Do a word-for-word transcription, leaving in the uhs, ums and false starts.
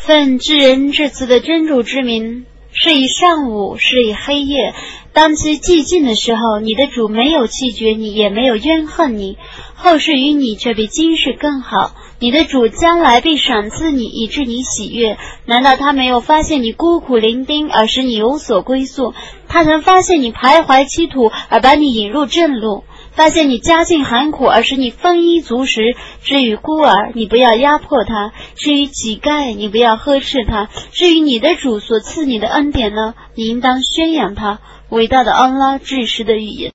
奉至仁至慈的真主之名，是以上午，是以黑夜，当其寂静的时候，你的主没有弃绝你，也没有怨恨你，后世与你却比今世更好。你的主将来必赏赐你，以致你喜悦。难道他没有发现你孤苦伶仃，而使你有所归宿？他曾发现你徘徊歧途，而把你引入正路，发现你家境寒苦，而使你丰衣足食。至于孤儿，你不要压迫他；至于乞丐，你不要呵斥他；至于你的主所赐你的恩典呢，你应当宣扬他。伟大的安拉至实的语言。